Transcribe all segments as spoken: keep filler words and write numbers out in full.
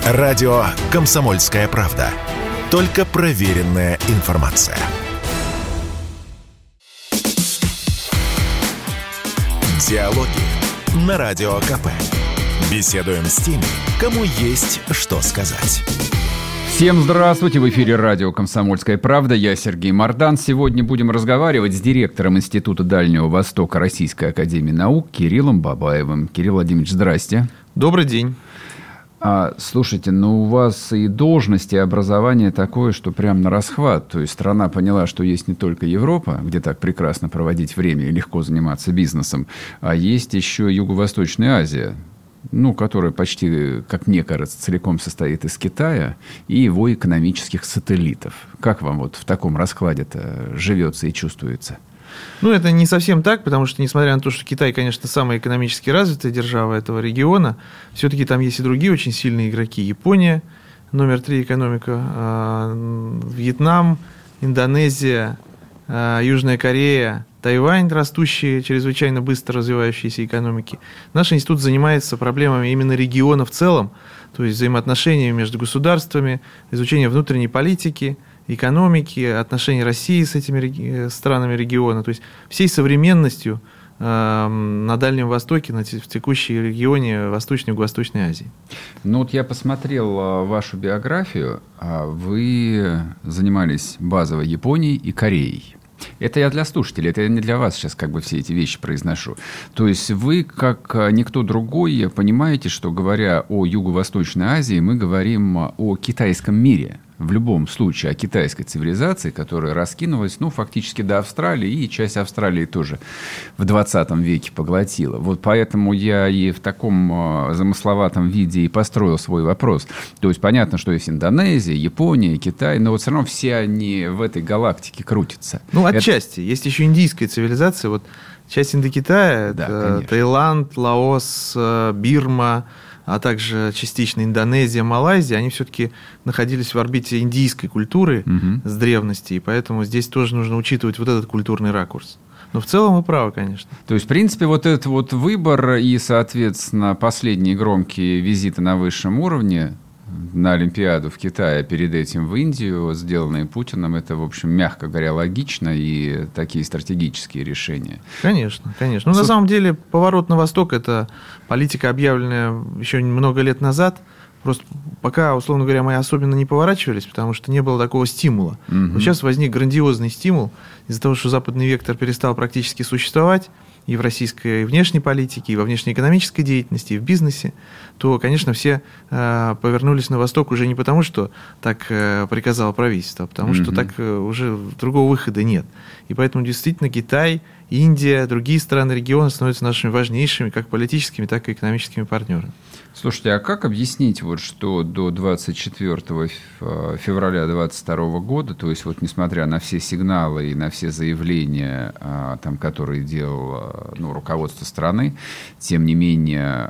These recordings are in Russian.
Радио «Комсомольская правда». Только проверенная информация. Диалоги на Радио КП. Беседуем с теми, кому есть что сказать. Всем здравствуйте! В эфире радио «Комсомольская правда». Я Сергей Мордан. Сегодня будем разговаривать с директором Института Дальнего Востока Российской академии наук Кириллом Бабаевым. Кирилл Владимирович, здрасте. Добрый день. А, слушайте, ну у вас и должность, и образование такое, что прям на расхват. То есть страна поняла, что есть не только Европа, где так прекрасно проводить время и легко заниматься бизнесом, а есть еще Юго-Восточная Азия, ну, которая почти, как мне кажется, целиком состоит из Китая и его экономических сателлитов. Как вам вот в таком раскладе-то живется и чувствуется? Ну, это не совсем так, потому что, несмотря на то, что Китай, конечно, самая экономически развитая держава этого региона, все-таки там есть и другие очень сильные игроки. Япония, номер три экономика, Вьетнам, Индонезия, Южная Корея, Тайвань, растущие, чрезвычайно быстро развивающиеся экономики. Наш институт занимается проблемами именно региона в целом, то есть взаимоотношениями между государствами, изучением внутренней политики, экономики, отношений России с этими странами региона, то есть всей современностью э, на Дальнем Востоке, на, в текущей регионе Восточной и Юго-Восточной Азии. Ну вот я посмотрел вашу биографию, вы занимались базово Японией и Кореей. Это я для слушателей, это я не для вас сейчас как бы все эти вещи произношу. То есть вы, как никто другой, понимаете, что, говоря о Юго-Восточной Азии, мы говорим о китайском мире. В любом случае о китайской цивилизации, которая раскинулась, ну, фактически до Австралии, и часть Австралии тоже в двадцатом веке поглотила. Вот поэтому я и в таком э, замысловатом виде и построил свой вопрос. То есть понятно, что есть Индонезия, Япония, Китай, но вот все равно все они в этой галактике крутятся. Ну, отчасти. Это... Есть еще индийская цивилизация. Вот часть Индокитая, да, это конечно. Таиланд, Лаос, Бирма, а также частично Индонезия, Малайзия, они все-таки находились в орбите индийской культуры угу. с древности, и поэтому здесь тоже нужно учитывать вот этот культурный ракурс. Но в целом вы правы, конечно. То есть, в принципе, вот этот вот выбор и, соответственно, последние громкие визиты на высшем уровне на Олимпиаду в Китае, а перед этим в Индию, сделанные Путиным, это, в общем, мягко говоря, логично и такие стратегические решения. Конечно, конечно. Но Су... на самом деле поворот на восток – это политика, объявленная еще много лет назад. Просто пока, условно говоря, мы особенно не поворачивались, потому что не было такого стимула. Угу. Но сейчас возник грандиозный стимул из-за того, что западный вектор перестал практически существовать и в российской внешней политике, и во внешнеэкономической деятельности, и в бизнесе, то, конечно, все э, повернулись на восток уже не потому, что так э, приказало правительство, а потому mm-hmm. что так э, уже другого выхода нет. И поэтому действительно Китай, Индия, другие страны региона становятся нашими важнейшими как политическими, так и экономическими партнерами. Слушайте, а как объяснить, вот, что до двадцать четвёртого февраля двадцать второго года, то есть вот несмотря на все сигналы и на все заявления, там, которые делало ну, руководство страны, тем не менее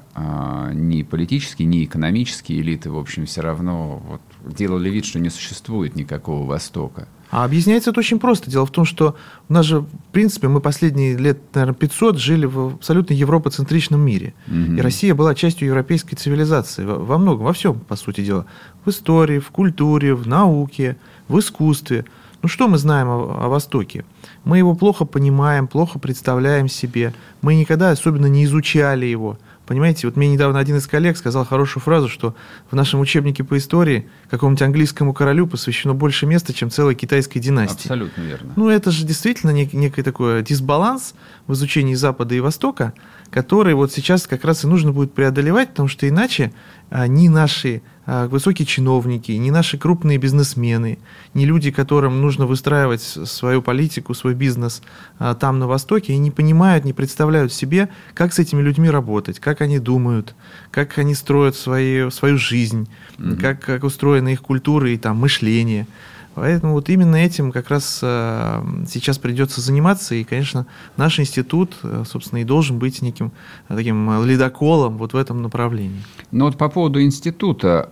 ни политические, ни экономические элиты, в общем, все равно вот, делали вид, что не существует никакого Востока? А объясняется это очень просто. Дело в том, что у нас же, в принципе, мы последние лет, наверное, пятьсот жили в абсолютно европоцентричном мире. Mm-hmm. И Россия была частью европейской цивилизации во многом, во всем, по сути дела. В истории, в культуре, в науке, в искусстве. Ну, что мы знаем о, о Востоке? Мы его плохо понимаем, плохо представляем себе. Мы никогда особенно не изучали его. Понимаете, вот мне недавно один из коллег сказал хорошую фразу, что в нашем учебнике по истории какому-нибудь английскому королю посвящено больше места, чем целой китайской династии. Абсолютно верно. Ну, это же действительно нек- некий такой дисбаланс в изучении Запада и Востока, который вот сейчас как раз и нужно будет преодолевать, потому что иначе а, ни наши а, высокие чиновники, ни наши крупные бизнесмены, ни люди, которым нужно выстраивать свою политику, свой бизнес а, там на Востоке, и не понимают, не представляют себе, как с этими людьми работать, как они думают, как они строят свои, свою жизнь, mm-hmm. как, как устроена их культура и там, мышление. Поэтому вот именно этим как раз сейчас придется заниматься. И, конечно, наш институт, собственно, и должен быть неким таким ледоколом вот в этом направлении. Но вот по поводу института,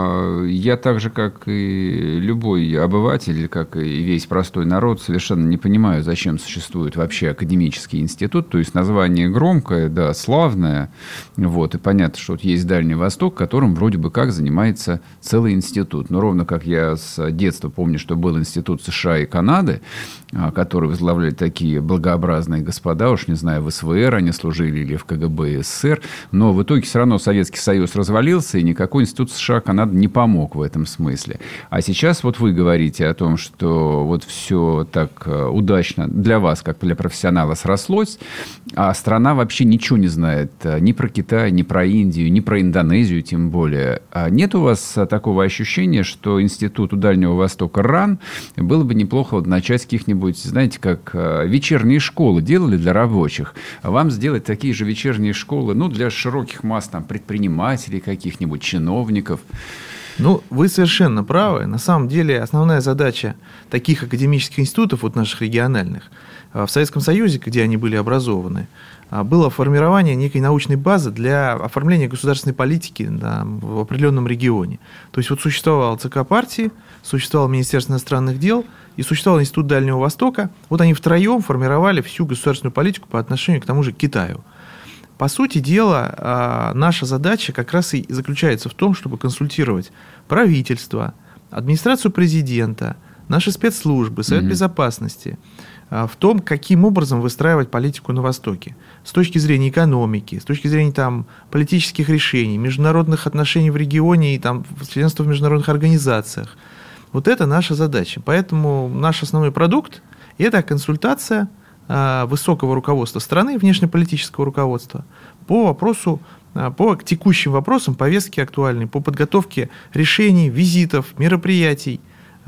я так же, как и любой обыватель, как и весь простой народ, совершенно не понимаю, зачем существует вообще академический институт. То есть название громкое, да, славное. Вот, и понятно, что вот есть Дальний Восток, которым вроде бы как занимается целый институт. Но ровно как я с детства помню, Помню, что был институт США и Канады, который возглавляли такие благообразные господа, уж не знаю, в СВР они служили или в КГБ СССР, но в итоге все равно Советский Союз развалился, и никакой институт США и Канады не помог в этом смысле. А сейчас вот вы говорите о том, что вот все так удачно для вас, как для профессионала, срослось, а страна вообще ничего не знает ни про Китай, ни про Индию, ни про Индонезию тем более. А нет у вас такого ощущения, что институт у Дальнего Востока РАН, было бы неплохо вот начать с каких-нибудь, знаете, как вечерние школы делали для рабочих, а вам сделать такие же вечерние школы, ну, для широких масс, там, предпринимателей каких-нибудь, чиновников? Ну, вы совершенно правы. На самом деле, основная задача таких академических институтов, вот наших региональных, в Советском Союзе, где они были образованы, было формирование некой научной базы для оформления государственной политики в определенном регионе. То есть вот существовал ЦК партии, существовало Министерство иностранных дел и существовал Институт Дальнего Востока. Вот они втроем формировали всю государственную политику по отношению к тому же Китаю. По сути дела, наша задача как раз и заключается в том, чтобы консультировать правительство, администрацию президента, наши спецслужбы, Совет mm-hmm. безопасности в том, каким образом выстраивать политику на Востоке. С точки зрения экономики, с точки зрения там, политических решений, международных отношений в регионе и там, членства в международных организациях. Вот это наша задача. Поэтому наш основной продукт – это консультация э, высокого руководства страны, внешнеполитического руководства, по вопросу, э, по текущим вопросам повестки актуальной, по подготовке решений, визитов, мероприятий,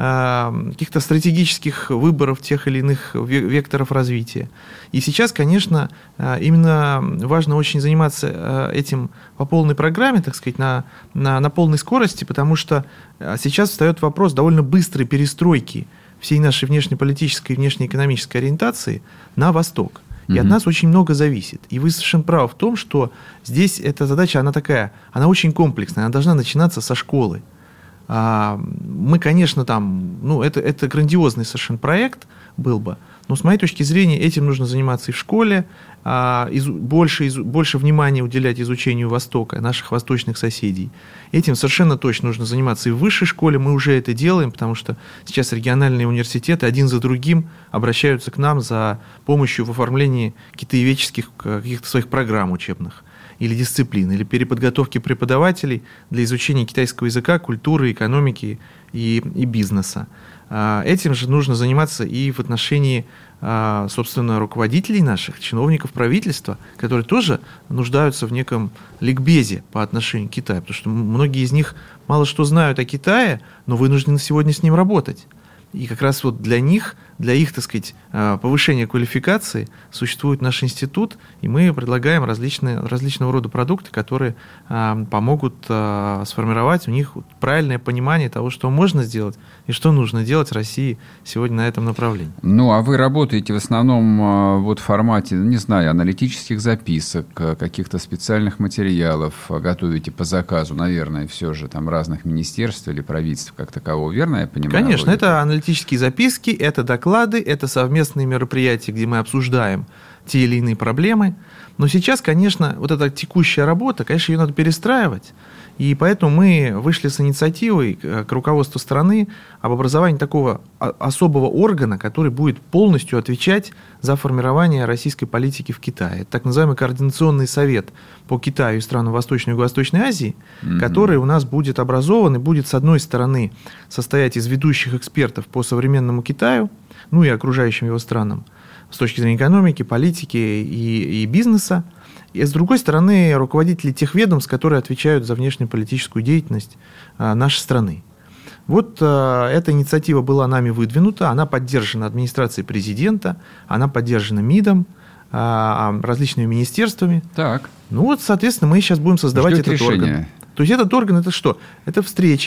каких-то стратегических выборов тех или иных векторов развития. И сейчас, конечно, именно важно очень заниматься этим по полной программе, так сказать, на, на, на полной скорости, потому что сейчас встает вопрос довольно быстрой перестройки всей нашей внешнеполитической и внешнеэкономической ориентации на Восток. И mm-hmm. от нас очень много зависит. И вы совершенно правы в том, что здесь эта задача, она такая, она очень комплексная, она должна начинаться со школы. Мы, конечно, там, ну, это, это грандиозный совершенно проект был бы, но с моей точки зрения этим нужно заниматься и в школе, больше, больше внимания уделять изучению Востока, наших восточных соседей. Этим совершенно точно нужно заниматься и в высшей школе, мы уже это делаем, потому что сейчас региональные университеты один за другим обращаются к нам за помощью в оформлении китаеведческих каких-то своих программ учебных или дисциплин, или переподготовки преподавателей для изучения китайского языка, культуры, экономики и, и бизнеса. Этим же нужно заниматься и в отношении, собственно, руководителей наших, чиновников правительства, которые тоже нуждаются в неком ликбезе по отношению к Китаю, потому что многие из них мало что знают о Китае, но вынуждены сегодня с ним работать. И как раз вот для них, для их, так сказать, повышения квалификации существует наш институт, и мы предлагаем различные, различного рода продукты, которые помогут сформировать у них правильное понимание того, что можно сделать и что нужно делать России сегодня на этом направлении. Ну, а вы работаете в основном вот в формате, не знаю, аналитических записок, каких-то специальных материалов, готовите по заказу, наверное, все же там разных министерств или правительств как такового, верно я понимаю? Конечно, это аналитические записки, это доклады, это совместные мероприятия, где мы обсуждаем те или иные проблемы. Но сейчас, конечно, вот эта текущая работа, конечно, ее надо перестраивать. И поэтому мы вышли с инициативой к руководству страны об образовании такого особого органа, который будет полностью отвечать за формирование российской политики в Китае. Это так называемый Координационный совет по Китаю и странам Восточной и Юго-Восточной Азии, mm-hmm. который у нас будет образован и будет, с одной стороны, состоять из ведущих экспертов по современному Китаю, ну и окружающим его странам, с точки зрения экономики, политики и, и бизнеса. И, с другой стороны, руководители тех ведомств, которые отвечают за внешнеполитическую деятельность а, нашей страны. Вот а, эта инициатива была нами выдвинута, она поддержана администрацией президента, она поддержана МИДом, а, различными министерствами. Так. Ну вот, соответственно, мы сейчас будем создавать Ждете этот решения. орган. То есть этот орган – это что? Это встречи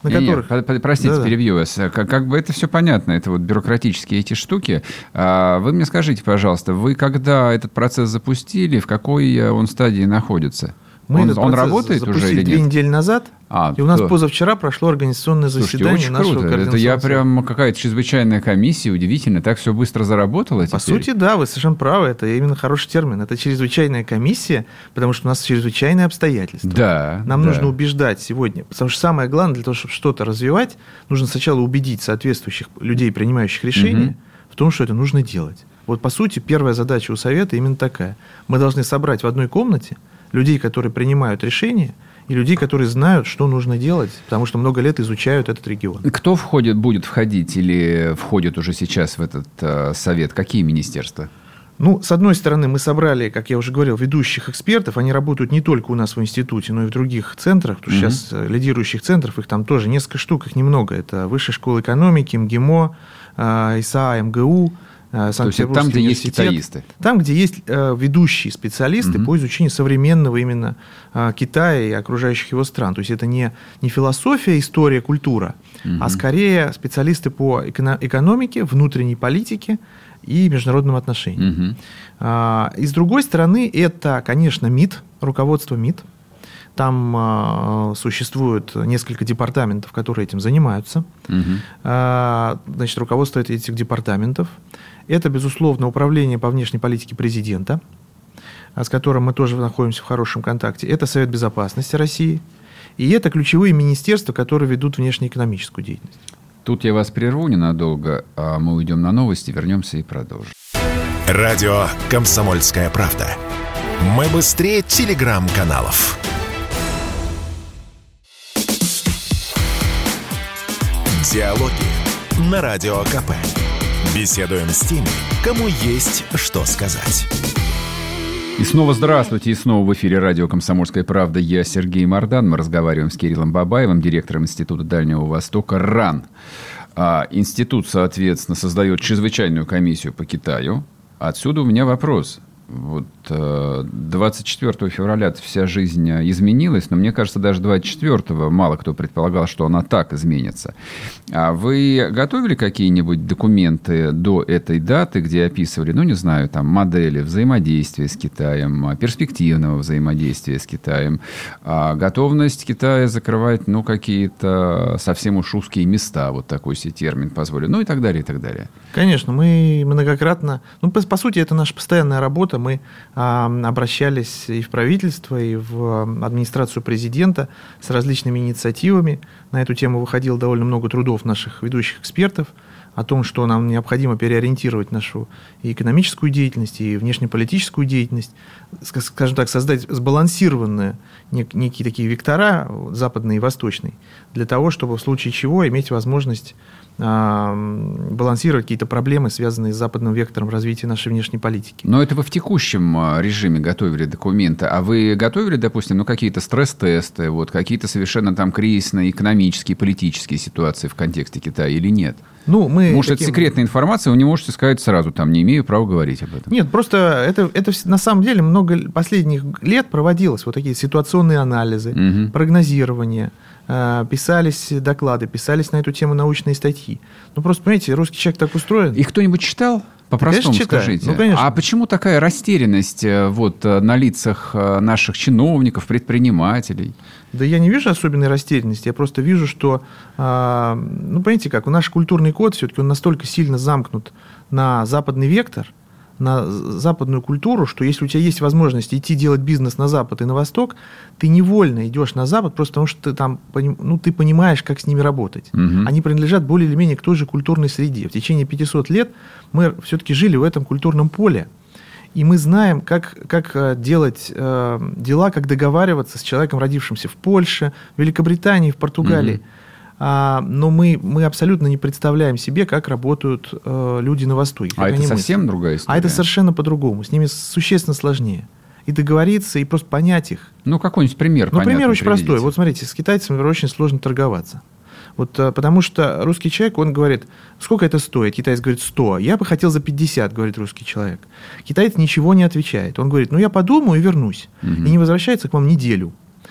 на не, которых... Не, простите, да, перебью вас. Как, как бы это все понятно, это вот бюрократические эти штуки. А вы мне скажите, пожалуйста, вы когда этот процесс запустили, в какой он стадии находится? Мы он, этот он процесс работает запустили уже или две нет? недели назад, а, и у нас то... позавчера прошло организационное Слушайте, заседание очень нашего круто. координационного Это я совета. прям какая-то чрезвычайная комиссия, удивительно, так все быстро заработало По теперь? сути, да, вы совершенно правы, это именно хороший термин. Это чрезвычайная комиссия, потому что у нас чрезвычайные обстоятельства. Да. Нам да. нужно убеждать сегодня, потому что самое главное, для того, чтобы что-то развивать, нужно сначала убедить соответствующих людей, принимающих решения, угу. в том, что это нужно делать. Вот, по сути, первая задача у Совета именно такая. Мы должны собрать в одной комнате людей, которые принимают решения, и людей, которые знают, что нужно делать, потому что много лет изучают этот регион. Кто входит, будет входить или входит уже сейчас в этот э, совет? Какие министерства? Ну, с одной стороны, мы собрали, как я уже говорил, ведущих экспертов. Они работают не только у нас в институте, но и в других центрах. Потому что mm-hmm. сейчас лидирующих центров, их там тоже несколько штук, их немного. Это Высшая школа экономики, МГИМО, э, ИСА, МГУ. То есть это там, где есть китаисты? Там, где есть э, ведущие специалисты угу. по изучению современного именно э, Китая и окружающих его стран. То есть это не, не философия, история, культура, угу. а скорее специалисты по эко- экономике, внутренней политике и международным отношениям. Угу. А, и с другой стороны, это, конечно, МИД, руководство МИД. Там э, существует несколько департаментов, которые этим занимаются. Угу. А, значит, руководство этих департаментов. Это, безусловно, управление по внешней политике президента, с которым мы тоже находимся в хорошем контакте. Это Совет Безопасности России. И это ключевые министерства, которые ведут внешнеэкономическую деятельность. Тут я вас прерву ненадолго, а мы уйдем на новости, вернемся и продолжим. Радио «Комсомольская правда». Мы быстрее телеграм-каналов. Диалоги на Радио КП. Беседуем с теми, кому есть что сказать. И снова здравствуйте, и снова в эфире радио «Комсомольская правда». Я Сергей Мордан. Мы разговариваем с Кириллом Бабаевым, директором Института Дальнего Востока РАН. А, институт, соответственно, создает чрезвычайную комиссию по Китаю. Отсюда у меня вопрос. Вот двадцать четвёртого февраля вся жизнь изменилась, но мне кажется, даже двадцать четвёртого мало кто предполагал, что она так изменится. А вы готовили какие-нибудь документы до этой даты, где описывали, ну, не знаю, там, модели взаимодействия с Китаем, перспективного взаимодействия с Китаем, готовность Китая закрывать, ну, какие-то совсем уж узкие места, вот такой себе термин позволю, ну, и так далее, и так далее. Конечно, мы многократно, ну, по, по сути, это наша постоянная работа. Мы а, обращались и в правительство, и в администрацию президента с различными инициативами. На эту тему выходило довольно много трудов наших ведущих экспертов о том, что нам необходимо переориентировать нашу и экономическую деятельность, и внешнеполитическую деятельность, скажем так, создать сбалансированные нек- некие такие вектора, западный и восточный, для того, чтобы в случае чего иметь возможность балансировать какие-то проблемы, связанные с западным вектором развития нашей внешней политики. Но это вы в текущем режиме готовили документы, а вы готовили, допустим, ну, какие-то стресс-тесты, вот, какие-то совершенно там кризисные экономические, политические ситуации в контексте Китая или нет? Ну, мы Может, таким... это секретная информация, вы не можете сказать сразу, там, не имею права говорить об этом. Нет, просто это, это на самом деле много последних лет проводилось, вот такие ситуационные анализы, угу. прогнозирование, писались доклады, писались на эту тему научные статьи. Ну, просто, понимаете, русский человек так устроен. И кто-нибудь читал? По-простому скажите. Ну, конечно. А почему такая растерянность вот, на лицах наших чиновников, предпринимателей? Да я не вижу особенной растерянности. Я просто вижу, что, ну, понимаете как, наш культурный код все-таки он настолько сильно замкнут на западный вектор, на западную культуру, что если у тебя есть возможность идти делать бизнес на Запад и на Восток, ты невольно идешь на Запад, просто потому что ты там, ну, ты понимаешь, как с ними работать. Угу. Они принадлежат более или менее к той же культурной среде. В течение пятисот лет мы все-таки жили в этом культурном поле, и мы знаем, как, как делать э, дела, как договариваться с человеком, родившимся в Польше, в Великобритании, в Португалии. Угу. А, но мы, мы абсолютно не представляем себе, как работают э, люди на Востоке. А это совсем мыслят. Другая история? А это совершенно по-другому. С ними существенно сложнее. И договориться, и просто понять их. Ну, какой-нибудь пример Ну, понятный пример очень приведите. простой. Вот смотрите, с китайцами очень сложно торговаться. Вот, потому что русский человек, он говорит, сколько это стоит? Китаец говорит, сто. Я бы хотел за пятьдесят, говорит русский человек. Китаец ничего не отвечает. Он говорит, ну, я подумаю и вернусь. Угу. И не возвращается к вам неделю.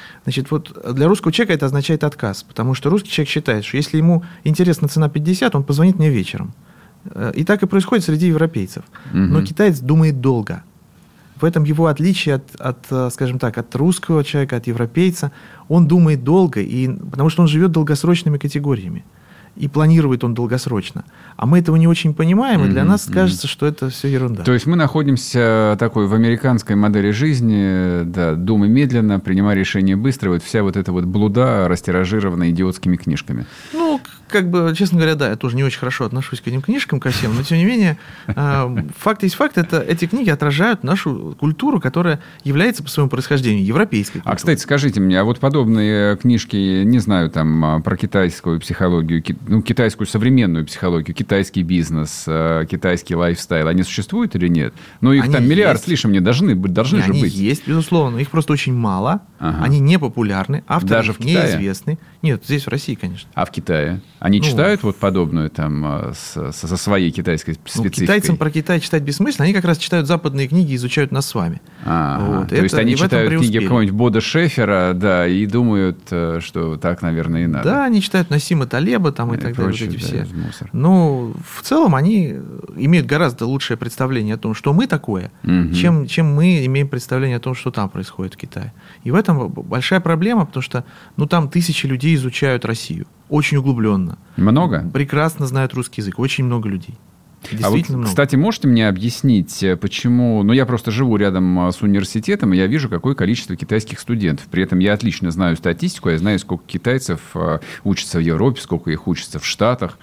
Значит, вот для русского человека это означает отказ, потому что русский человек считает, что если ему интересна цена пятьдесят, он позвонит мне вечером. И так и происходит среди европейцев. Угу. Но китаец думает долго. В этом его отличие от, от, скажем так, от русского человека, от европейца. Он думает долго, и, потому что он живет долгосрочными категориями. И планирует он долгосрочно. А мы этого не очень понимаем, и для mm-hmm. нас кажется, что это все ерунда. То есть мы находимся такой в американской модели жизни, да, думай медленно, принимай решения быстро, вот вся вот эта вот блуда растиражирована идиотскими книжками. Ну, как бы, честно говоря, да, я тоже не очень хорошо отношусь к этим книжкам ко всем, но тем не менее, факт есть факт, это, эти книги отражают нашу культуру, которая является по своему происхождению европейской культурой. А, кстати, скажите мне, а вот подобные книжки, не знаю, там, про китайскую психологию, ну, китайскую современную психологию, китайский бизнес, китайский лайфстайл, они существуют или нет? Ну, их они там миллиард есть. С лишним не должны, должны же они быть. Они есть, безусловно, их просто очень мало, ага. они не популярны, авторы даже в Китае? Неизвестны. Нет, здесь в России, конечно. А в Китае? Они ну, читают вот подобную там со, со своей китайской спецификой? Ну, китайцам про Китай читать бессмысленно, они как раз читают западные книги, изучают нас с вами. А, вот. То Это, есть они читают книги какого-нибудь Бода Шефера, да, и думают, что так, наверное, и надо. Да, они читают Насима Талеба там, и, и так далее, вот эти да, все. Ну, в целом они имеют гораздо лучшее представление о том, что мы такое, угу. чем, чем мы имеем представление о том, что там происходит в Китае. И в этом большая проблема, потому что ну, там тысячи людей изучают Россию. Очень углубленно. Много? Прекрасно знают русский язык. Очень много людей. Действительно а вот, много. Кстати, можете мне объяснить, почему... Ну, я просто живу рядом с университетом, и я вижу, какое количество китайских студентов. При этом я отлично знаю статистику, я знаю, сколько китайцев учатся в Европе, сколько их учатся в Штатах.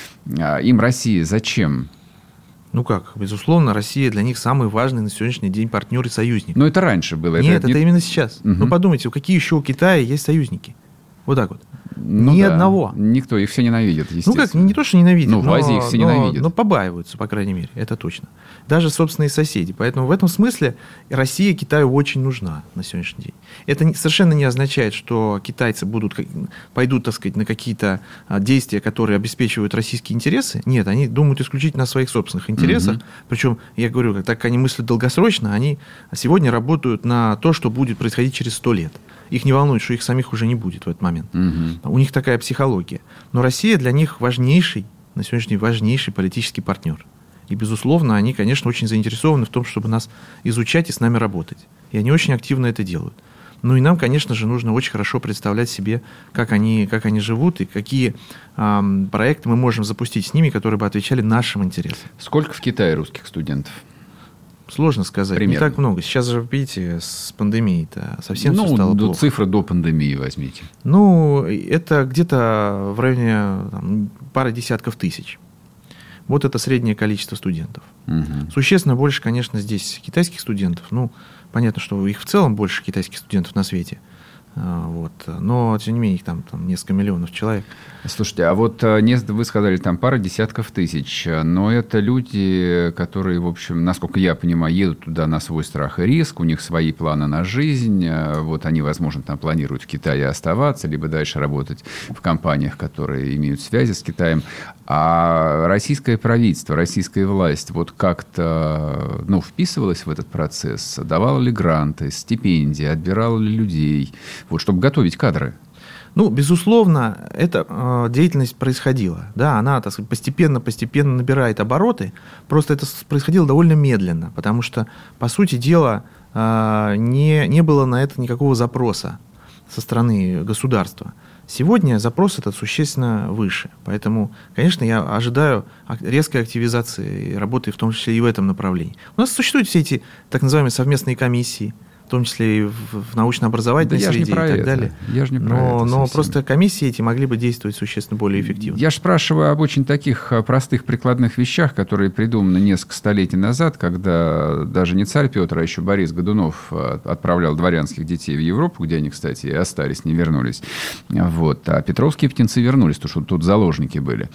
Им Россия зачем? Ну как, безусловно, Россия для них самый важный на сегодняшний день партнер и союзник. Но это раньше было. Нет, это, это не... именно сейчас. Угу. Ну подумайте, какие еще у Китая есть союзники? Вот так вот. Ну, Ни да. одного. Никто, их все ненавидят, естественно. Ну как, не то, что ненавидят, ну, в Азии но, их все но, ненавидят. но побаиваются, по крайней мере, это точно. Даже собственные соседи. Поэтому в этом смысле Россия Китаю очень нужна на сегодняшний день. Это не, совершенно не означает, что китайцы будут, пойдут, так сказать, на какие-то действия, которые обеспечивают российские интересы. Нет, они думают исключительно о своих собственных интересах. Угу. Причем, я говорю, так как они мыслят долгосрочно, они сегодня работают на то, что будет происходить через сто лет. Их не волнует, что их самих уже не будет в этот момент. Угу. У них такая психология. Но Россия для них важнейший, на сегодняшний день важнейший политический партнер. И, безусловно, они, конечно, очень заинтересованы в том, чтобы нас изучать и с нами работать. И они очень активно это делают. Ну и нам, конечно же, нужно очень хорошо представлять себе, как они, как они живут и какие э, проекты мы можем запустить с ними, которые бы отвечали нашим интересам. Сколько в Китае русских студентов? Сложно сказать. Примерно. Не так много. Сейчас же, видите, с пандемией-то совсем ну, все стало плохо. плохо. Цифры до пандемии возьмите. Ну, это где-то в районе там, пары десятков тысяч. Вот это среднее количество студентов. Угу. Существенно больше, конечно, здесь китайских студентов. Ну, понятно, что их в целом больше китайских студентов на свете. Вот. Но, тем не менее, их там, там несколько миллионов человек. Слушайте, а вот вы сказали, там пара десятков тысяч, но это люди, которые, в общем, насколько я понимаю, едут туда на свой страх и риск, у них свои планы на жизнь, вот они, возможно, там планируют в Китае оставаться, либо дальше работать в компаниях, которые имеют связи с Китаем. А российское правительство, российская власть вот как-то, ну, вписывалась в этот процесс, давала ли гранты, стипендии, отбирала ли людей, вот, чтобы готовить кадры? Ну, безусловно, эта э, деятельность происходила. Да, она, так сказать, постепенно-постепенно набирает обороты. Просто это происходило довольно медленно, потому что, по сути дела, э, не, не было на это никакого запроса со стороны государства. Сегодня запрос этот существенно выше. Поэтому, конечно, я ожидаю резкой активизации работы, в том числе и в этом направлении. У нас существуют все эти так называемые совместные комиссии, в том числе и в, в научно-образовательной да среде и так это. далее. Я же не про но это но просто комиссии эти могли бы действовать существенно более эффективно. Я же спрашиваю об очень таких простых прикладных вещах, которые придуманы несколько столетий назад, когда даже не царь Петр, а еще Борис Годунов отправлял дворянских детей в Европу, где они, кстати, и остались, не вернулись. Вот. А петровские птенцы вернулись, потому что тут заложники были.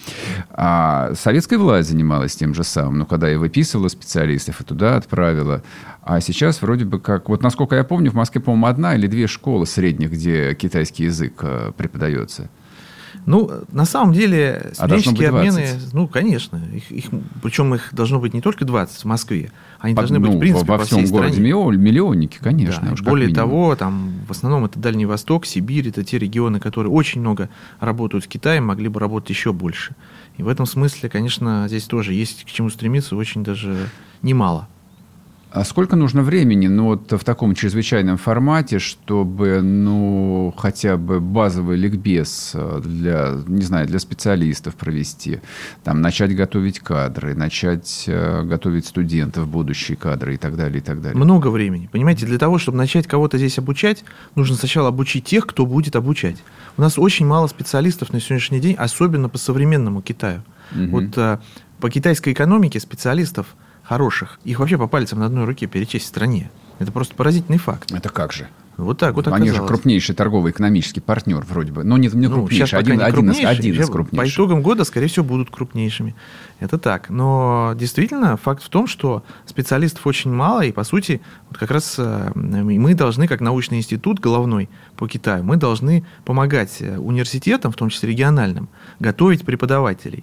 А советская власть занималась тем же самым, но когда и выписывала специалистов, и туда отправила. А сейчас вроде бы как... Вот насколько я помню, в Москве, по-моему, одна или две школы средних, где китайский язык преподается. Ну, на самом деле, студенческие а обмены, ну, конечно, их, их, причем их должно быть не только двадцать в Москве, они Под, должны быть, ну, в принципе, во по всем всей городе стране. Миллионники, конечно. Да, уж более того, там, в основном это Дальний Восток, Сибирь, это те регионы, которые очень много работают с Китаем, могли бы работать еще больше. И в этом смысле, конечно, здесь тоже есть к чему стремиться, очень даже немало. А сколько нужно времени, ну, вот в таком чрезвычайном формате, чтобы, ну, хотя бы базовый ликбез для, не знаю, для специалистов провести, там, начать готовить кадры, начать э, готовить студентов, будущие кадры и так далее, и так далее? Много времени. Понимаете, для того, чтобы начать кого-то здесь обучать, нужно сначала обучить тех, кто будет обучать. У нас очень мало специалистов на сегодняшний день, особенно по современному Китаю. Угу. Вот э, по китайской экономике специалистов хороших, их вообще по пальцам на одной руке перечесть в стране. Это просто поразительный факт. Это как же? Вот так вот оказалось. Они же крупнейший торгово-экономический партнер вроде бы. Но не, не ну, крупнейший, один, не один, крупнейший, из, один из крупнейших. По итогам года, скорее всего, будут крупнейшими. Это так. Но действительно, факт в том, что специалистов очень мало, и, по сути, вот как раз мы должны, как научный институт головной по Китаю, мы должны помогать университетам, в том числе региональным, готовить преподавателей,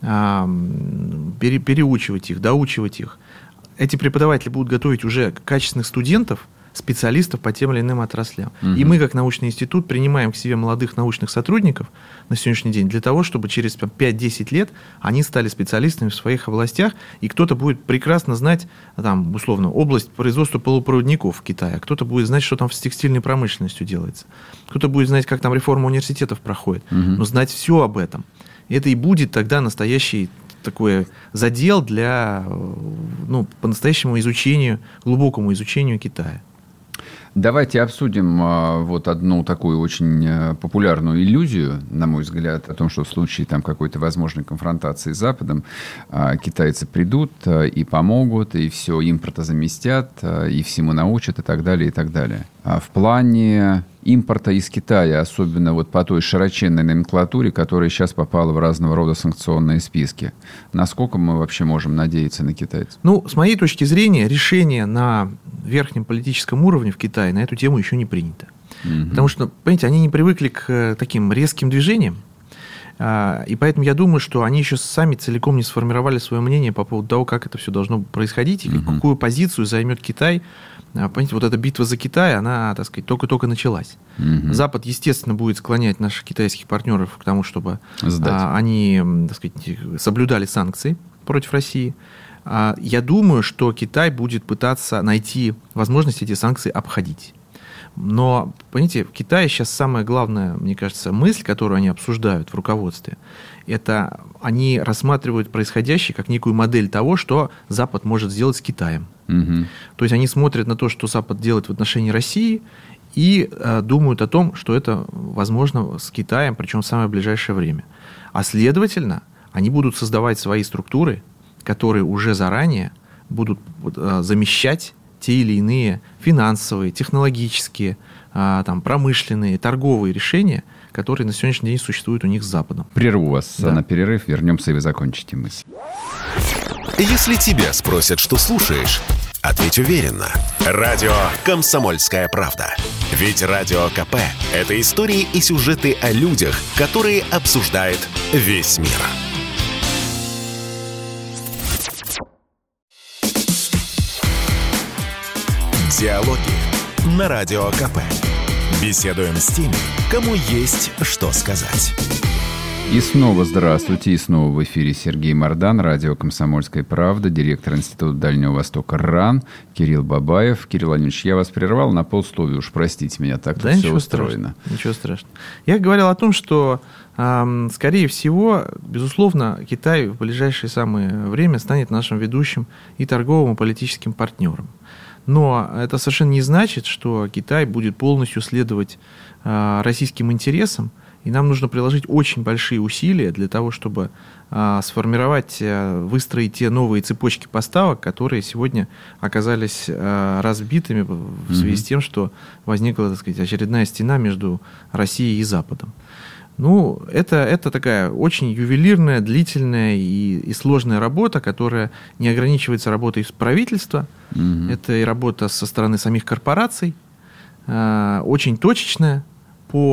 пере, переучивать их, доучивать их. Эти преподаватели будут готовить уже качественных студентов, специалистов по тем или иным отраслям. Угу. И мы, как научный институт, принимаем к себе молодых научных сотрудников на сегодняшний день для того, чтобы через пять-десять лет они стали специалистами в своих областях, и кто-то будет прекрасно знать, там, условно, область производства полупроводников в Китае, а кто-то будет знать, что там с текстильной промышленностью делается, кто-то будет знать, как там реформа университетов проходит, угу. но знать все об этом. И это и будет тогда настоящий такой задел для, ну, по-настоящему изучению, глубокому изучению Китая. Давайте обсудим а, вот одну такую очень а, популярную иллюзию, на мой взгляд, о том, что в случае там, какой-то возможной конфронтации с Западом а, китайцы придут а, и помогут, и все импортозаместят, а, и всему научат, и так далее, и так далее. А в плане импорта из Китая, особенно вот по той широченной номенклатуре, которая сейчас попала в разного рода санкционные списки, насколько мы вообще можем надеяться на китайцев? Ну, с моей точки зрения, решение на верхнем политическом уровне в Китае на эту тему еще не принято. Угу. Потому что, понимаете, они не привыкли к таким резким движениям, и поэтому я думаю, что они еще сами целиком не сформировали свое мнение по поводу того, как это все должно происходить, и угу. какую позицию займет Китай. Понимаете, вот эта битва за Китай, она, так сказать, только-только началась. Угу. Запад, естественно, будет склонять наших китайских партнеров к тому, чтобы а, они, так сказать, соблюдали санкции против России. А, я думаю, что Китай будет пытаться найти возможность эти санкции обходить. Но, понимаете, в Китае сейчас самая главная, мне кажется, мысль, которую они обсуждают в руководстве, это они рассматривают происходящее как некую модель того, что Запад может сделать с Китаем. Угу. То есть они смотрят на то, что Запад делает в отношении России, и э, думают о том, что это возможно с Китаем, причем в самое ближайшее время. А следовательно, они будут создавать свои структуры, которые уже заранее будут э, замещать те или иные финансовые, технологические, э, там, промышленные, торговые решения, которые на сегодняшний день существуют у них с Западом. Прерву вас да. на перерыв, вернемся и вы закончите мысль. Если тебя спросят, что слушаешь, ответь уверенно. Радио «Комсомольская правда». Ведь Радио КП – это истории и сюжеты о людях, которые обсуждает весь мир. Диалоги на Радио КП. Беседуем с теми, кому есть что сказать. И снова здравствуйте, и снова в эфире Сергей Мордан, радио «Комсомольская правда», директор Института Дальнего Востока РАН, Кирилл Бабаев. Кирилл Владимирович, я вас прервал на полсловия, уж простите меня, так да тут все устроено. Страшного, ничего страшного. Я говорил о том, что, э, скорее всего, безусловно, Китай в ближайшее самое время станет нашим ведущим и торговым, и политическим партнером. Но это совершенно не значит, что Китай будет полностью следовать э, российским интересам, и нам нужно приложить очень большие усилия для того, чтобы а, сформировать, а, выстроить те новые цепочки поставок, которые сегодня оказались а, разбитыми в связи mm-hmm. с тем, что возникла, так сказать, очередная стена между Россией и Западом. Ну, это, это такая очень ювелирная, длительная и, и сложная работа, которая не ограничивается работой правительства, mm-hmm. это и работа со стороны самих корпораций, а, очень точечная, по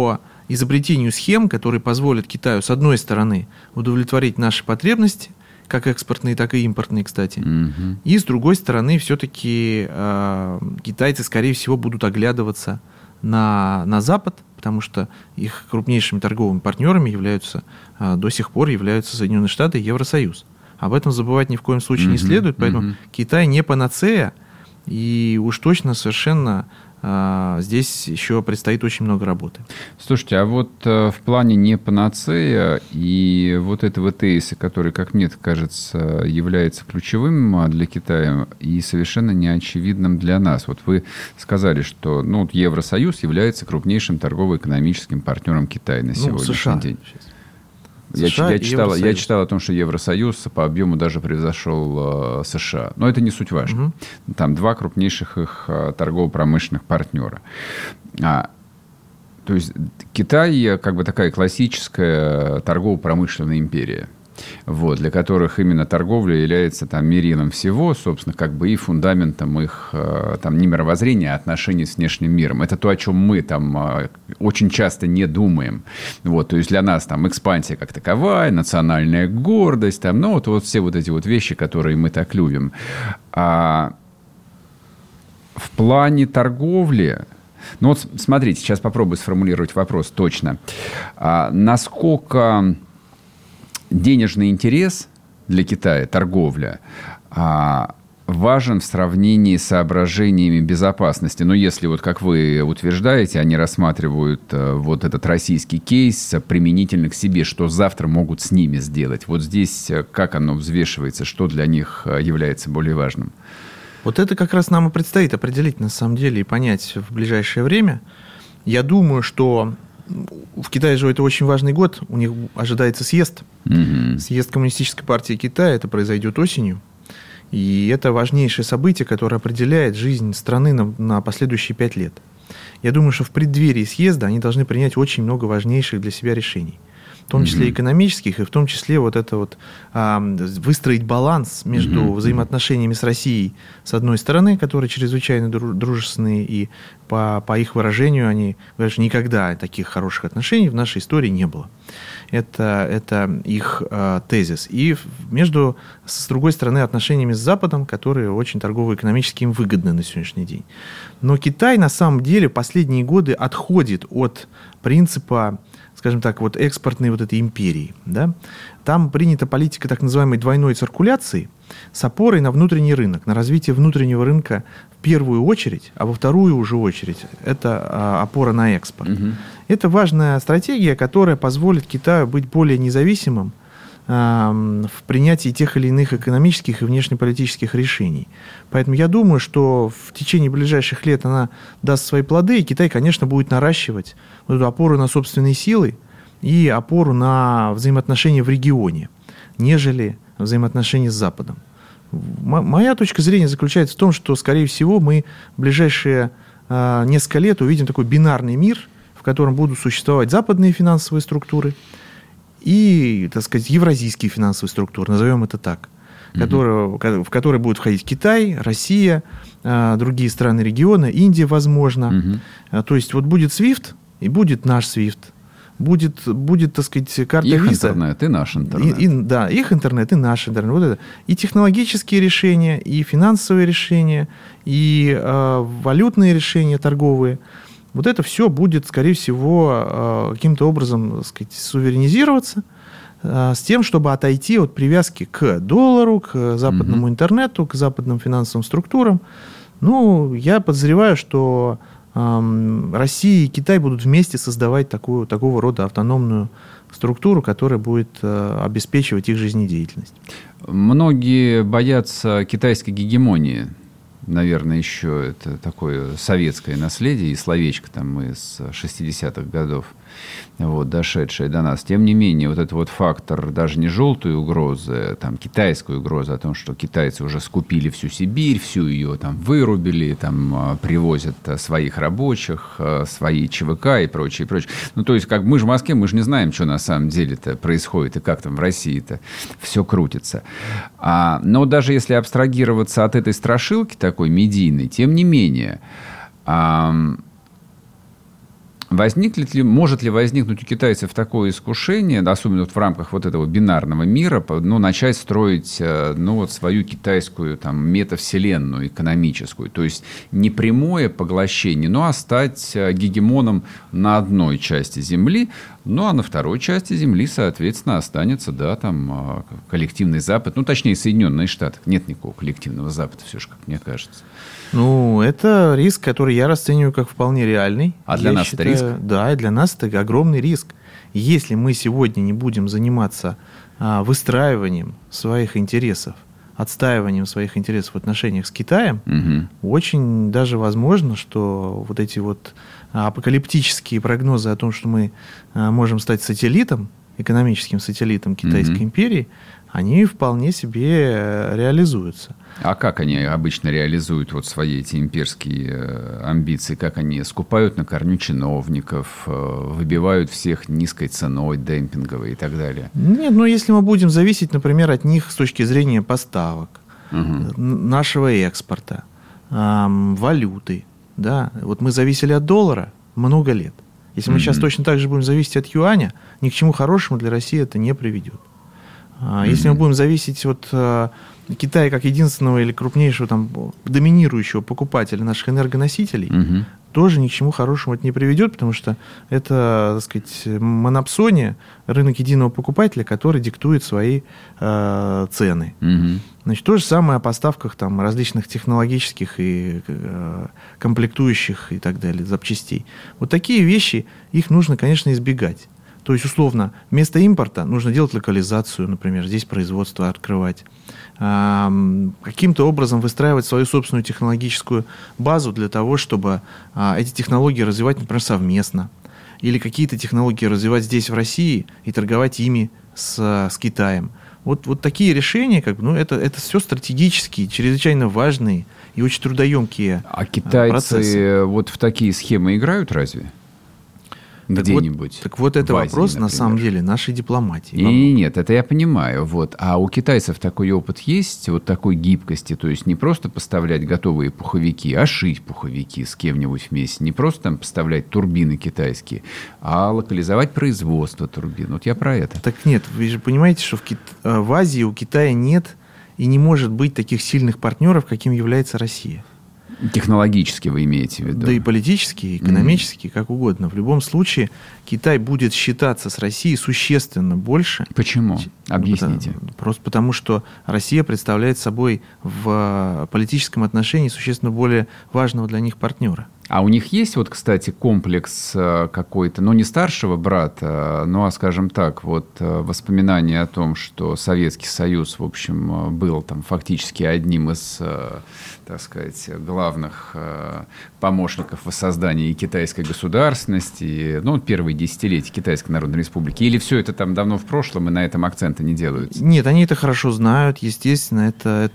изобретению схем, которые позволят Китаю, с одной стороны, удовлетворить наши потребности, как экспортные, так и импортные, кстати. Mm-hmm. И, с другой стороны, все-таки э, китайцы, скорее всего, будут оглядываться на, на Запад, потому что их крупнейшими торговыми партнерами являются, э, до сих пор являются Соединенные Штаты и Евросоюз. Об этом забывать ни в коем случае mm-hmm. не следует, поэтому mm-hmm. Китай не панацея, и уж точно совершенно а, здесь еще предстоит очень много работы. Слушайте, а вот а, в плане не панацея и вот этого тезиса, который, как мне кажется, является ключевым для Китая и совершенно неочевидным для нас. Вот вы сказали, что ну, вот Евросоюз является крупнейшим торгово-экономическим партнером Китая на сегодняшний ну, США. день. Я, я, читал, я читал о том, что Евросоюз по объему даже превзошел э, США. Но это не суть важно. Угу. Там два крупнейших их э, торгово-промышленных партнера. А, то есть Китай как бы такая классическая торгово-промышленная империя. Вот, для которых именно торговля является там мерилом всего, собственно, как бы и фундаментом их там, не мировоззрения, а отношений с внешним миром. Это то, о чем мы там очень часто не думаем. Вот, то есть для нас там экспансия как таковая, национальная гордость, там, ну, вот, вот все вот эти вот вещи, которые мы так любим. А в плане торговли... Ну вот смотрите, сейчас попробую сформулировать вопрос точно. А насколько... денежный интерес для Китая, торговля, важен в сравнении с соображениями безопасности. Но если, вот как вы утверждаете, они рассматривают вот этот российский кейс применительно к себе, что завтра могут с ними сделать. Вот здесь как оно взвешивается, что для них является более важным? Вот это как раз нам и предстоит определить на самом деле и понять в ближайшее время. Я думаю, что в Китае же это очень важный год. У них ожидается съезд. Mm-hmm. Съезд Коммунистической партии Китая. Это произойдет осенью. И это важнейшее событие, которое определяет жизнь страны на, на последующие пять лет. Я думаю, что в преддверии съезда они должны принять очень много важнейших для себя решений. В том числе mm-hmm. экономических, и в том числе вот это вот а, выстроить баланс между mm-hmm. взаимоотношениями с Россией, с одной стороны, которые чрезвычайно дружественные, и по, по их выражению они говорят, что никогда таких хороших отношений в нашей истории не было. Это, это их а, тезис. И между, с другой стороны, отношениями с Западом, которые очень торгово-экономически им выгодны на сегодняшний день. Но Китай на самом деле последние годы отходит от принципа, скажем так, вот экспортной вот этой империи. Да? Там принята политика так называемой двойной циркуляции с опорой на внутренний рынок, на развитие внутреннего рынка в первую очередь, а во вторую уже очередь это а, опора на экспорт. Угу. Это важная стратегия, которая позволит Китаю быть более независимым а, в принятии тех или иных экономических и внешнеполитических решений. Поэтому я думаю, что в течение ближайших лет она даст свои плоды, и Китай, конечно, будет наращивать вот эту опору на собственные силы и опору на взаимоотношения в регионе, нежели взаимоотношения с Западом. Моя точка зрения заключается в том, что, скорее всего, мы в ближайшие э, несколько лет увидим такой бинарный мир, в котором будут существовать западные финансовые структуры и, так сказать, евразийские финансовые структуры, назовем это так, mm-hmm. которые, в которые будут входить Китай, Россия, э, другие страны региона, Индия, возможно. Mm-hmm. То есть вот будет свифт, и будет наш свифт. Будет, будет, так сказать, карта их Visa. Их интернет и наш интернет. И, и, да, их интернет и наш интернет. Вот это. И технологические решения, и финансовые решения, и э, валютные решения торговые. Вот это все будет, скорее всего, э, каким-то образом, так сказать, суверенизироваться э, с тем, чтобы отойти от привязки к доллару, к западному mm-hmm. интернету, к западным финансовым структурам. Ну, я подозреваю, что Россия и Китай будут вместе создавать такую, такого рода автономную структуру, которая будет э, обеспечивать их жизнедеятельность. Многие боятся китайской гегемонии. Наверное, еще это такое советское наследие, и словечко там из шестидесятых годов, вот, дошедшее до нас. Тем не менее, вот этот вот фактор даже не желтой угрозы, там, китайской угрозы о том, что китайцы уже скупили всю Сибирь, всю ее там вырубили, там привозят своих рабочих, свои ЧВК и прочее, и прочее. Ну, то есть, как мы же в Москве, мы же не знаем, что на самом деле-то происходит и как там в России-то все крутится. А, но даже если абстрагироваться от этой страшилки такой медийной, тем не менее... А, Возникнет ли, может ли возникнуть у китайцев такое искушение, особенно вот в рамках вот этого бинарного мира, ну, начать строить, ну, вот свою китайскую там метавселенную экономическую, то есть не прямое поглощение, ну, а стать гегемоном на одной части Земли, ну, а на второй части Земли, соответственно, останется, да, там коллективный Запад, ну, точнее, Соединенные Штаты. Нет никакого коллективного Запада, все же, как мне кажется. Ну, это риск, который я расцениваю как вполне реальный. А для я нас считаю, это риск? Да, и для нас это огромный риск. Если мы сегодня не будем заниматься а, выстраиванием своих интересов, отстаиванием своих интересов в отношениях с Китаем, угу. очень даже возможно, что вот эти вот апокалиптические прогнозы о том, что мы а, можем стать сателлитом, экономическим сателлитом Китайской угу. империи, они вполне себе реализуются. А как они обычно реализуют вот свои эти имперские амбиции? Как они скупают на корню чиновников, выбивают всех низкой ценой, демпинговой и так далее? Нет, ну если мы будем зависеть, например, от них с точки зрения поставок, угу. нашего экспорта, эм, валюты, да, вот мы зависели от доллара много лет. Если мы mm-hmm. сейчас точно так же будем зависеть от юаня, ни к чему хорошему для России это не приведет. Mm-hmm. Если мы будем зависеть от э, Китая как единственного или крупнейшего, там, доминирующего покупателя наших энергоносителей, mm-hmm. тоже ни к чему хорошему это не приведет, потому что это, так сказать, монопсония, рынок единого покупателя, который диктует свои э, цены. Mm-hmm. Значит, то же самое о поставках там, различных технологических и э, комплектующих и так далее, запчастей. Вот такие вещи, их нужно, конечно, избегать. То есть, условно, вместо импорта нужно делать локализацию, например, здесь производство открывать. Э, каким-то образом выстраивать свою собственную технологическую базу для того, чтобы э, эти технологии развивать, например, совместно. Или какие-то технологии развивать здесь, в России, и торговать ими с, с Китаем. Вот, вот такие решения, как бы, ну, это, это все стратегические, чрезвычайно важные и очень трудоемкие процессы. А китайцы вот в такие схемы играют разве? Где-нибудь. Так вот, так вот это в Азии, вопрос, например. На самом деле, нашей дипломатии. И, нет, это я понимаю. Вот. А у китайцев такой опыт есть, вот такой гибкости, то есть не просто поставлять готовые пуховики, а шить пуховики с кем-нибудь вместе. Не просто там поставлять турбины китайские, а локализовать производство турбин. Вот я про это. Так нет, вы же понимаете, что в, Кит... в Азии у Китая нет и не может быть таких сильных партнеров, каким является Россия. Технологически вы имеете в виду? Да и политически, и экономически, mm-hmm. как угодно. В любом случае, Китай будет считаться с Россией существенно больше. Почему? Объясните. Потому, просто потому, что Россия представляет собой в политическом отношении существенно более важного для них партнера. А у них есть, вот, кстати, комплекс какой-то, ну, не старшего брата, ну, а, скажем так, вот воспоминания о том, что Советский Союз, в общем, был там фактически одним из, так сказать, главных помощников в воссоздании китайской государственности, ну, первые десятилетия Китайской Народной Республики, или все это там давно в прошлом, и на этом акценты не делаются? Нет, они это хорошо знают, естественно, это,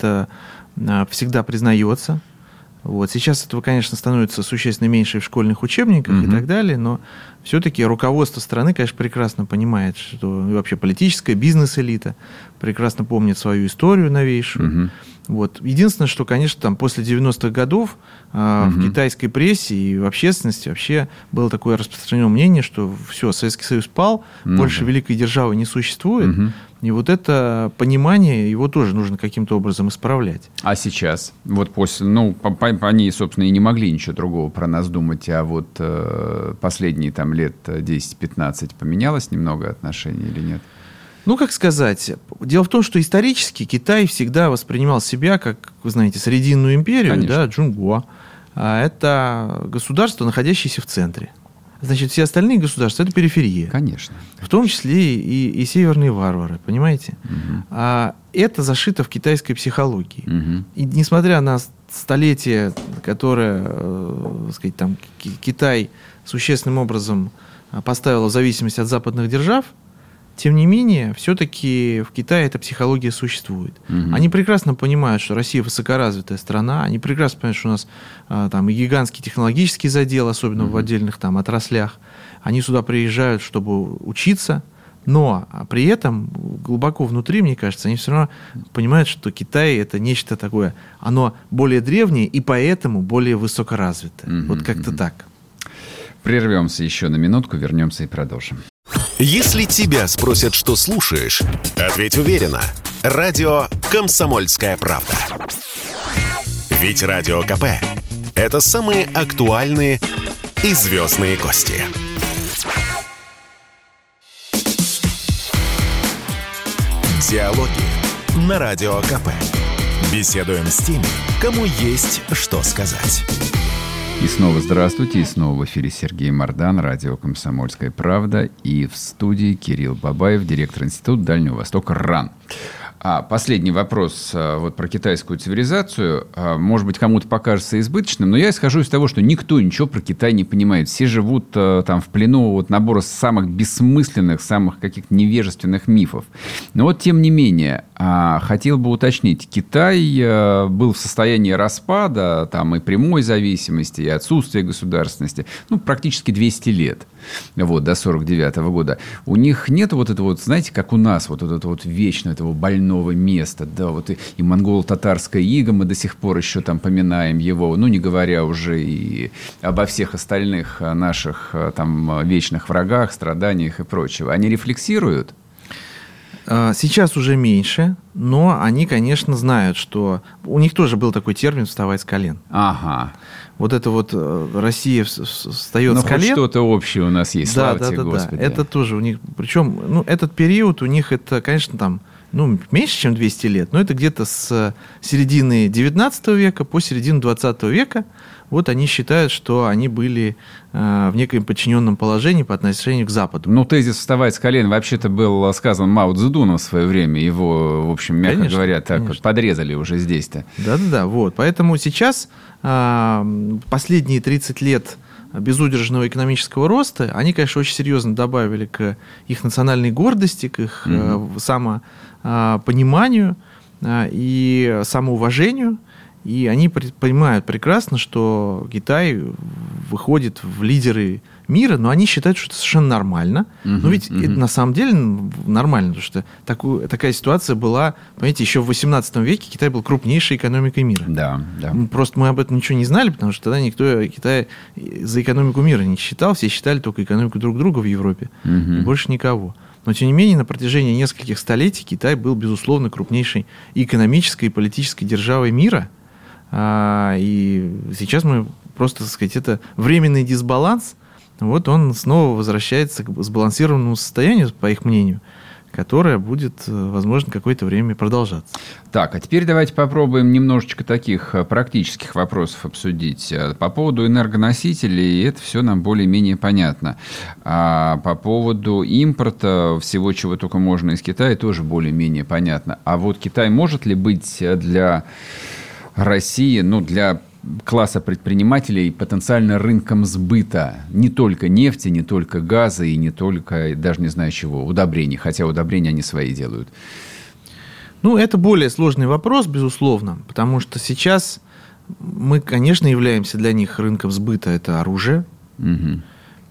это всегда признается. Вот. Сейчас этого, конечно, становится существенно меньше в школьных учебниках uh-huh. и так далее, но все-таки руководство страны, конечно, прекрасно понимает, что вообще политическая бизнес-элита прекрасно помнит свою историю новейшую. Uh-huh. Вот. Единственное, что, конечно, там после девяностых годов э, uh-huh. в китайской прессе и в общественности вообще было такое распространенное мнение, что все, Советский Союз пал, uh-huh. больше великой державы не существует. Uh-huh. И вот это понимание, его тоже нужно каким-то образом исправлять. А сейчас? Вот после, ну, по, по, они, собственно, и не могли ничего другого про нас думать, а вот э, последние там лет десять-пятнадцать поменялось немного отношение или нет? Ну, как сказать, дело в том, что исторически Китай всегда воспринимал себя как, вы знаете, Срединную империю, Конечно. да, Джунгуа. А это государство, находящееся в центре. Значит, все остальные государства – это периферия. Конечно. В том числе и, и северные варвары, понимаете? Угу. А это зашито в китайской психологии. Угу. И несмотря на столетие, которое, э, так сказать, там, Китай существенным образом поставило в зависимость от западных держав, тем не менее, все-таки в Китае эта психология существует. Угу. Они прекрасно понимают, что Россия высокоразвитая страна, они прекрасно понимают, что у нас а, там и гигантский технологический задел, особенно угу. в отдельных там отраслях. Они сюда приезжают, чтобы учиться, но при этом глубоко внутри, мне кажется, они все равно понимают, что Китай – это нечто такое, оно более древнее и поэтому более высокоразвитое. Угу. Вот как-то угу. так. Прервемся еще на минутку, вернемся и продолжим. Если тебя спросят, что слушаешь, ответь уверенно. Радио «Комсомольская правда». Ведь Радио КП – это самые актуальные и звездные гости. Диалоги на Радио КП. Беседуем с теми, кому есть что сказать. И снова здравствуйте, и снова в эфире Сергей Мордан, радио «Комсомольская правда», и в студии Кирилл Бабаев, директор Института Дальнего Востока РАН. А последний вопрос вот про китайскую цивилизацию. Может быть, кому-то покажется избыточным, но я исхожу из того, что никто ничего про Китай не понимает. Все живут там в плену вот набора самых бессмысленных, самых каких-то невежественных мифов. Но вот, тем не менее, хотел бы уточнить. Китай был в состоянии распада, там и прямой зависимости, и отсутствия государственности, ну, практически двести лет. Вот, до сорок девятого года. У них нет вот этого вот, знаете, как у нас, вот этого вот вечно этого больного места. Да, вот и, и монголо-татарское иго, мы до сих пор еще там поминаем его, ну, не говоря уже и обо всех остальных наших там вечных врагах, страданиях и прочего. Они рефлексируют? Сейчас уже меньше, но они, конечно, знают, что... У них тоже был такой термин «вставать с колен». Ага. Вот это вот Россия встает но с колен. Но хоть что-то общее у нас есть, да, слава да, тебе, да, Господи. Да, это тоже у них... Причем, ну, этот период у них, это, конечно, там, ну, меньше, чем двести лет, но это где-то с середины девятнадцатого века по середину двадцатого века. Вот они считают, что они были э, в некоем подчиненном положении по отношению к Западу. Ну, тезис «вставать с колен» вообще-то был сказан Мао Цзэдуном в свое время. Его, в общем, мягко конечно, говоря, так конечно. подрезали уже здесь-то. Да-да-да, вот. Поэтому сейчас э, последние тридцать лет безудержного экономического роста, они, конечно, очень серьезно добавили к их национальной гордости, к их mm-hmm. э, самопониманию э, и самоуважению. И они понимают прекрасно, что Китай выходит в лидеры мира, но они считают, что это совершенно нормально. Uh-huh, но ведь uh-huh. это на самом деле нормально, потому что такую, такая ситуация была, понимаете, еще в восемнадцатом веке Китай был крупнейшей экономикой мира. Да, да. Просто мы об этом ничего не знали, потому что тогда никто Китай за экономику мира не считал, все считали только экономику друг друга в Европе, uh-huh. и больше никого. Но, тем не менее, на протяжении нескольких столетий Китай был, безусловно, крупнейшей экономической и политической державой мира. А, и сейчас мы просто, так сказать, это временный дисбаланс, вот он снова возвращается к сбалансированному состоянию, по их мнению, которое будет, возможно, какое-то время продолжаться. Так, а теперь давайте попробуем немножечко таких практических вопросов обсудить. По поводу энергоносителей, это все нам более-менее понятно. А по поводу импорта всего, чего только можно из Китая, тоже более-менее понятно. А вот Китай может ли быть для России, ну, для класса предпринимателей потенциально рынком сбыта не только нефти, не только газа и не только, даже не знаю чего, удобрений, хотя удобрения они свои делают? Ну, это более сложный вопрос, безусловно, потому что сейчас мы, конечно, являемся для них рынком сбыта. Это оружие, угу.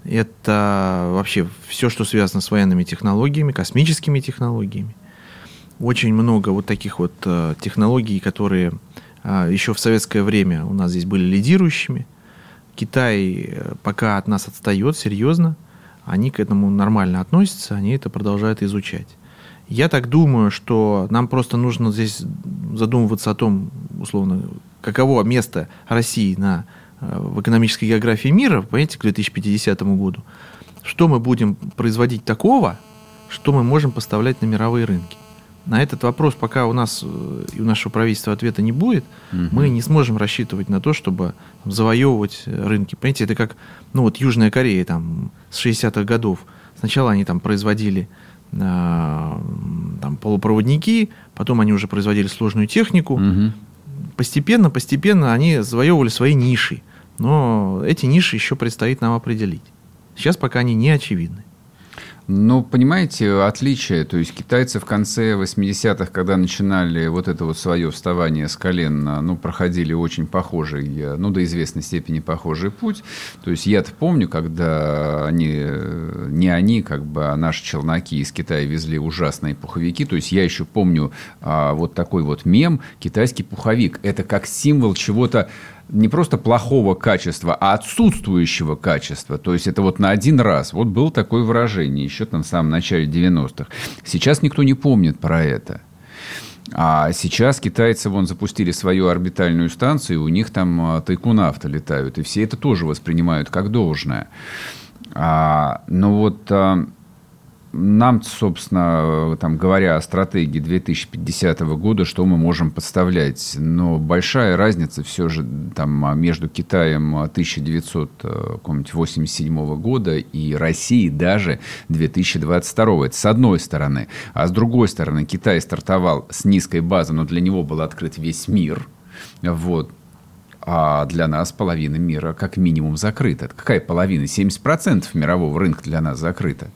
это вообще все, что связано с военными технологиями, космическими технологиями. Очень много вот таких вот технологий, которые еще в советское время у нас здесь были лидирующими. Китай пока от нас отстает серьезно. Они к этому нормально относятся, они это продолжают изучать. Я так думаю, что нам просто нужно здесь задумываться о том, условно, каково место России на, в экономической географии мира, понимаете, к две тысячи пятидесятому году. Что мы будем производить такого, что мы можем поставлять на мировые рынки. На этот вопрос, пока у нас и у нашего правительства ответа не будет, угу. мы не сможем рассчитывать на то, чтобы завоевывать рынки. Понимаете, это как, ну вот Южная Корея там с шестидесятых годов. Сначала они там производили э, там, полупроводники, потом они уже производили сложную технику. Угу. Постепенно, постепенно они завоевывали свои ниши. Но эти ниши еще предстоит нам определить. Сейчас пока они не очевидны. Ну, понимаете, отличие. То есть китайцы в конце восьмидесятых, когда начинали вот это вот свое вставание с колен, ну, проходили очень похожий, ну, до известной степени похожий путь. То есть я-то помню, когда они, не они, как бы, а наши челноки из Китая везли ужасные пуховики. То есть я еще помню а, вот такой вот мем «китайский пуховик». Это как символ чего-то не просто плохого качества, а отсутствующего качества. То есть это вот на один раз. Вот было такое выражение еще там в самом начале девяностых. Сейчас никто не помнит про это. А сейчас китайцы вон запустили свою орбитальную станцию, и у них там тайкунавты летают. И все это тоже воспринимают как должное. А, но вот... Нам, собственно, там, говоря о стратегии две тысячи пятидесятого года, что мы можем подставлять? Но большая разница все же там, между Китаем тысяча девятьсот восемьдесят седьмого года и Россией даже две тысячи двадцать второго. Это с одной стороны. А с другой стороны, Китай стартовал с низкой базы, но для него был открыт весь мир. Вот. А для нас половина мира как минимум закрыта. Какая половина? семьдесят процентов мирового рынка для нас закрыто.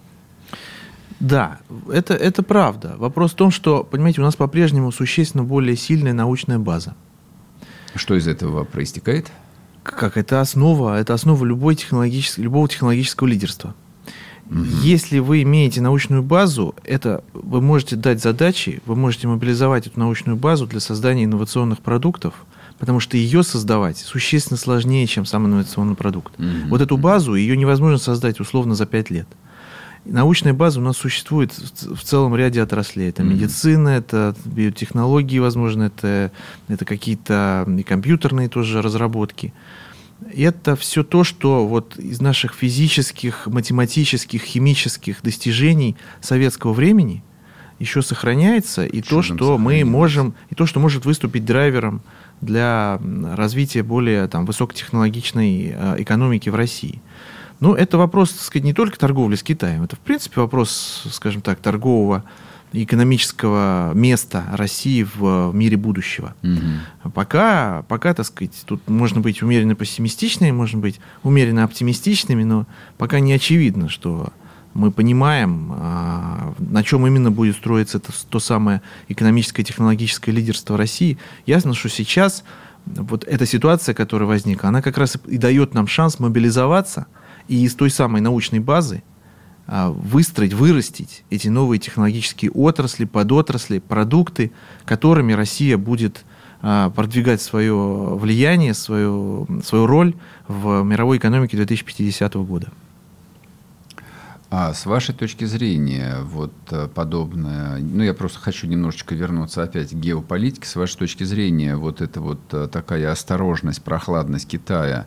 Да, это, это правда. Вопрос в том, что, понимаете, у нас по-прежнему существенно более сильная научная база. Что из этого проистекает? Как это основа, это основа любой технологической, любого технологического лидерства. Угу. Если вы имеете научную базу, это вы можете дать задачи, вы можете мобилизовать эту научную базу для создания инновационных продуктов, потому что ее создавать существенно сложнее, чем сам инновационный продукт. Угу. Вот эту базу, ее невозможно создать условно за пять лет. Научная база у нас существует в целом ряде отраслей. Это медицина, это биотехнологии, возможно, это, это какие-то и компьютерные тоже разработки. Это все то, что вот из наших физических, математических, химических достижений советского времени еще сохраняется, и то, что мы можем, и то, что может выступить драйвером для развития более там, высокотехнологичной экономики в России. Ну, это вопрос, так сказать, не только торговли с Китаем. Это, в принципе, вопрос, скажем так, торгового и экономического места России в мире будущего. Mm-hmm. Пока, пока, так сказать, тут можно быть умеренно пессимистичными, можно быть умеренно оптимистичными, но пока не очевидно, что мы понимаем, на чем именно будет строиться это, то самое экономическое и технологическое лидерство России. Ясно, что сейчас вот эта ситуация, которая возникла, она как раз и дает нам шанс мобилизоваться и из той самой научной базы а, выстроить, вырастить эти новые технологические отрасли, подотрасли, продукты, которыми Россия будет а, продвигать свое влияние, свою, свою роль в мировой экономике две тысячи пятидесятого года. А с вашей точки зрения, вот подобное, ну я просто хочу немножечко вернуться опять к геополитике, с вашей точки зрения, вот эта вот такая осторожность, прохладность Китая,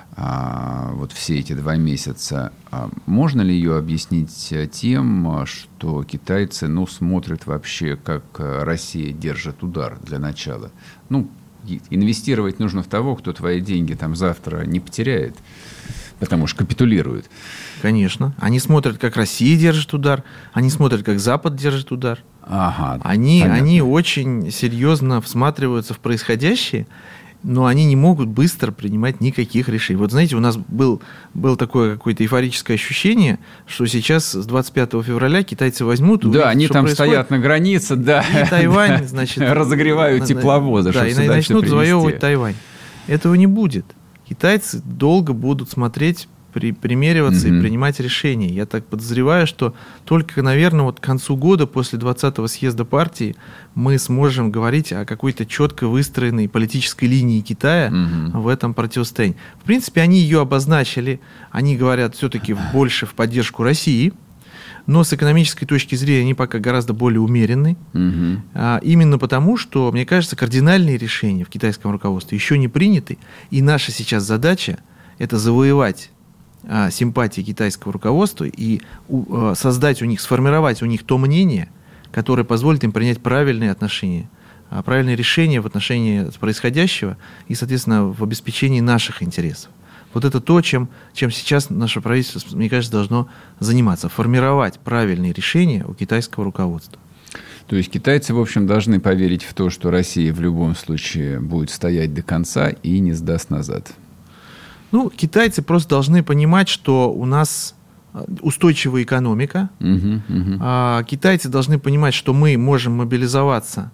а, вот все эти два месяца, а можно ли ее объяснить тем, что китайцы, ну, смотрят вообще, как Россия держит удар для начала? Ну, инвестировать нужно в того, кто твои деньги там завтра не потеряет, потому что капитулирует. Конечно. Они смотрят, как Россия держит удар, они смотрят, как Запад держит удар. Ага, они, они очень серьезно всматриваются в происходящее, но они не могут быстро принимать никаких решений. Вот знаете, у нас был, было такое какое-то эйфорическое ощущение, что сейчас с двадцать пятого февраля китайцы возьмут... Да, увидят, они там происходит. Стоят на границе, да. И Тайвань, значит... Разогревают тепловозы, да, чтобы и сюда начнут завоевывать Тайвань. Этого не будет. Китайцы долго будут смотреть, при, примериваться mm-hmm. и принимать решения. Я так подозреваю, что только, наверное, вот к концу года, после двадцатого съезда партии, мы сможем говорить о какой-то четко выстроенной политической линии Китая mm-hmm. в этом противостоянии. В принципе, они ее обозначили. Они говорят все-таки больше в поддержку России. Но с экономической точки зрения они пока гораздо более умеренны. Угу. А, именно потому, что, мне кажется, кардинальные решения в китайском руководстве еще не приняты. И наша сейчас задача – это завоевать а, симпатии китайского руководства и у, а, создать у них, сформировать у них то мнение, которое позволит им принять правильные отношения, а, правильные решения в отношении происходящего и, соответственно, в обеспечении наших интересов. Вот это то, чем, чем сейчас наше правительство, мне кажется, должно заниматься. Формировать правильные решения у китайского руководства. То есть китайцы, в общем, должны поверить в то, что Россия в любом случае будет стоять до конца и не сдаст назад. Ну, китайцы просто должны понимать, что у нас устойчивая экономика. Угу, угу. А, китайцы должны понимать, что мы можем мобилизоваться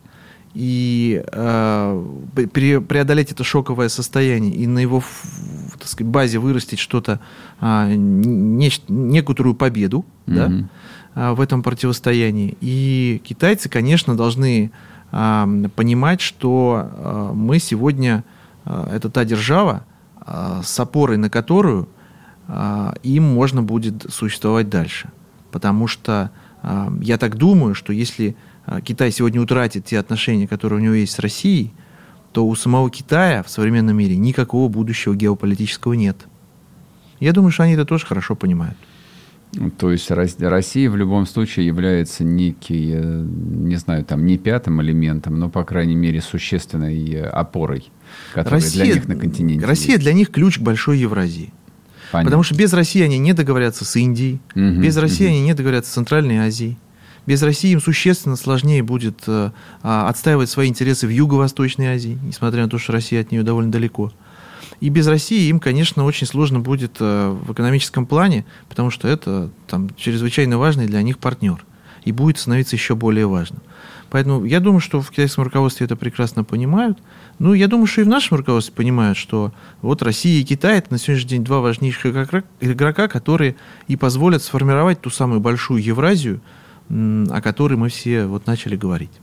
и э, преодолеть это шоковое состояние и на его, так сказать, базе вырастить что-то, э, нечто, некоторую победу mm-hmm. да, э, в этом противостоянии. И китайцы, конечно, должны э, понимать, что э, мы сегодня это та держава, с опорой на которую им можно будет существовать дальше. Потому что я так думаю, что если Китай сегодня утратит те отношения, которые у него есть с Россией, то у самого Китая в современном мире никакого будущего геополитического нет. Я думаю, что они это тоже хорошо понимают. То есть Россия в любом случае является некий, не знаю, там не пятым элементом, но, по крайней мере, существенной опорой, которая Россия, для них на континенте Россия есть. Для них ключ к большой Евразии. Понятно. Потому что без России они не договорятся с Индией, угу, без России угу. они не договорятся с Центральной Азией. Без России им существенно сложнее будет а, отстаивать свои интересы в Юго-Восточной Азии, несмотря на то, что Россия от нее довольно далеко. И без России им, конечно, очень сложно будет а, в экономическом плане, потому что это там, чрезвычайно важный для них партнер. И будет становиться еще более важным. Поэтому я думаю, что в китайском руководстве это прекрасно понимают. Ну, я думаю, что и в нашем руководстве понимают, что вот Россия и Китай – это на сегодняшний день два важнейших игрока, игрока, которые и позволят сформировать ту самую большую Евразию, о которой мы все вот начали говорить.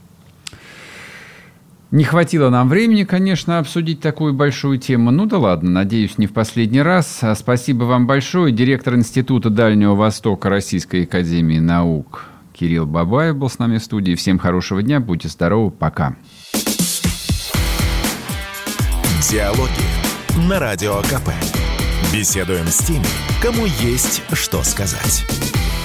Не хватило нам времени, конечно, обсудить такую большую тему. Ну да ладно, надеюсь, не в последний раз. Спасибо вам большое. Директор Института Дальнего Востока Российской академии наук Кирилл Бабаев был с нами в студии. Всем хорошего дня, будьте здоровы, пока. Диалоги на Радио КП. Беседуем с теми, кому есть что сказать.